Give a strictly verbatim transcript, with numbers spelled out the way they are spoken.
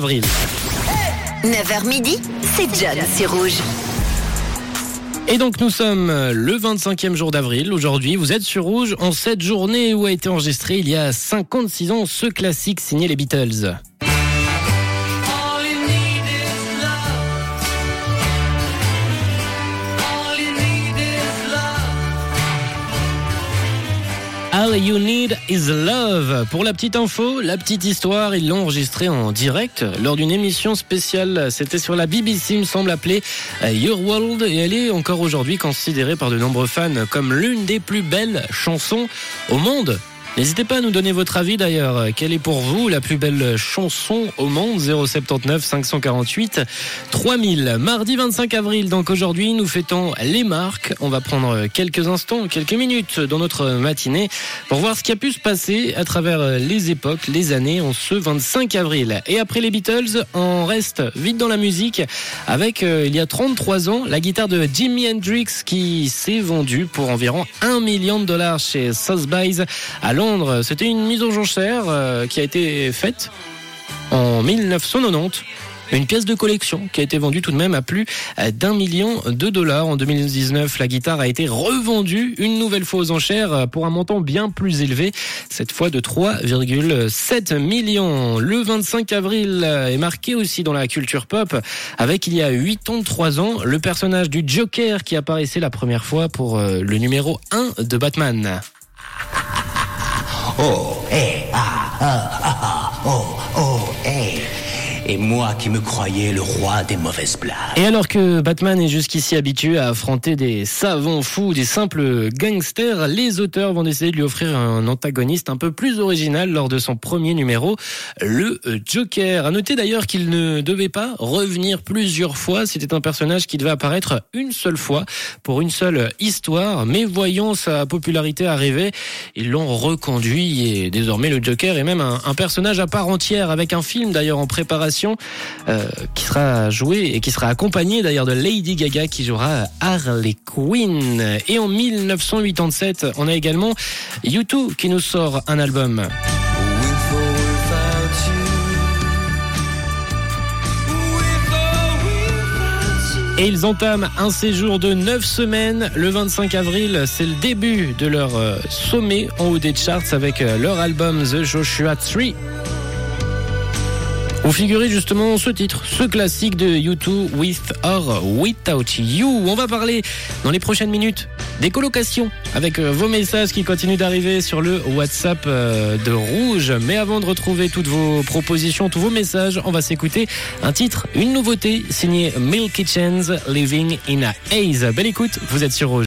d'avril. neuf heures midi, c'est John sur Rouge. Et donc nous sommes le vingt-cinquième jour d'avril. Aujourd'hui, vous êtes sur Rouge en cette journée où a été enregistré il y a cinquante-six ans ce classique signé les Beatles. All You Need Is Love. Pour la petite info, la petite histoire, ils l'ont enregistré en direct lors d'une émission spéciale. C'était sur la B B C, il me semble, appelée Your World. Et elle est encore aujourd'hui considérée par de nombreux fans comme l'une des plus belles chansons au monde. N'hésitez pas à nous donner votre avis d'ailleurs. Quelle est pour vous la plus belle chanson au monde? Zéro sept neuf cinq cent quarante-huit trois mille. Mardi vingt-cinq avril, donc aujourd'hui, nous fêtons les marques. On va prendre quelques instants, quelques minutes dans notre matinée pour voir ce qui a pu se passer à travers les époques, les années en ce vingt-cinq avril. Et après les Beatles, on reste vite dans la musique avec, euh, il y a trente-trois ans, la guitare de Jimi Hendrix qui s'est vendue pour environ un million de dollars chez Sotheby's à Londres. C'était une mise aux enchères euh, qui a été faite en mille neuf cent quatre-vingt-dix. Une pièce de collection qui a été vendue tout de même à plus d'un million de dollars. En deux mille dix-neuf, la guitare a été revendue une nouvelle fois aux enchères pour un montant bien plus élevé, cette fois de trois virgule sept millions. Le vingt-cinq avril est marqué aussi dans la culture pop avec, il y a quatre-vingt-trois ans, le personnage du Joker qui apparaissait la première fois pour le numéro un de Batman. Oh, eh, ah, ah, ah, ah, oh, oh, eh. Et moi qui me croyais le roi des mauvaises blagues. Et alors que Batman est jusqu'ici habitué à affronter des savants fous, des simples gangsters, les auteurs vont essayer de lui offrir un antagoniste un peu plus original lors de son premier numéro, le Joker. À noter d'ailleurs qu'il ne devait pas revenir plusieurs fois, c'était un personnage qui devait apparaître une seule fois pour une seule histoire, mais voyant sa popularité arriver, ils l'ont reconduit et désormais le Joker est même un, un personnage à part entière avec un film d'ailleurs en préparation. Euh, qui sera joué et qui sera accompagné d'ailleurs de Lady Gaga qui jouera Harley Quinn. Et en mille neuf cent quatre-vingt-sept, on a également U deux qui nous sort un album. Et ils entament un séjour de neuf semaines. Le vingt-cinq avril, c'est le début de leur sommet en haut des charts avec leur album The Joshua Tree. Vous figurez justement ce titre, ce classique de U deux, With or Without You. On va parler dans les prochaines minutes des colocations avec vos messages qui continuent d'arriver sur le WhatsApp de Rouge. Mais avant de retrouver toutes vos propositions, tous vos messages, on va s'écouter un titre, une nouveauté signée Milky Chance, Living in a Haze. Belle écoute, vous êtes sur Rouge.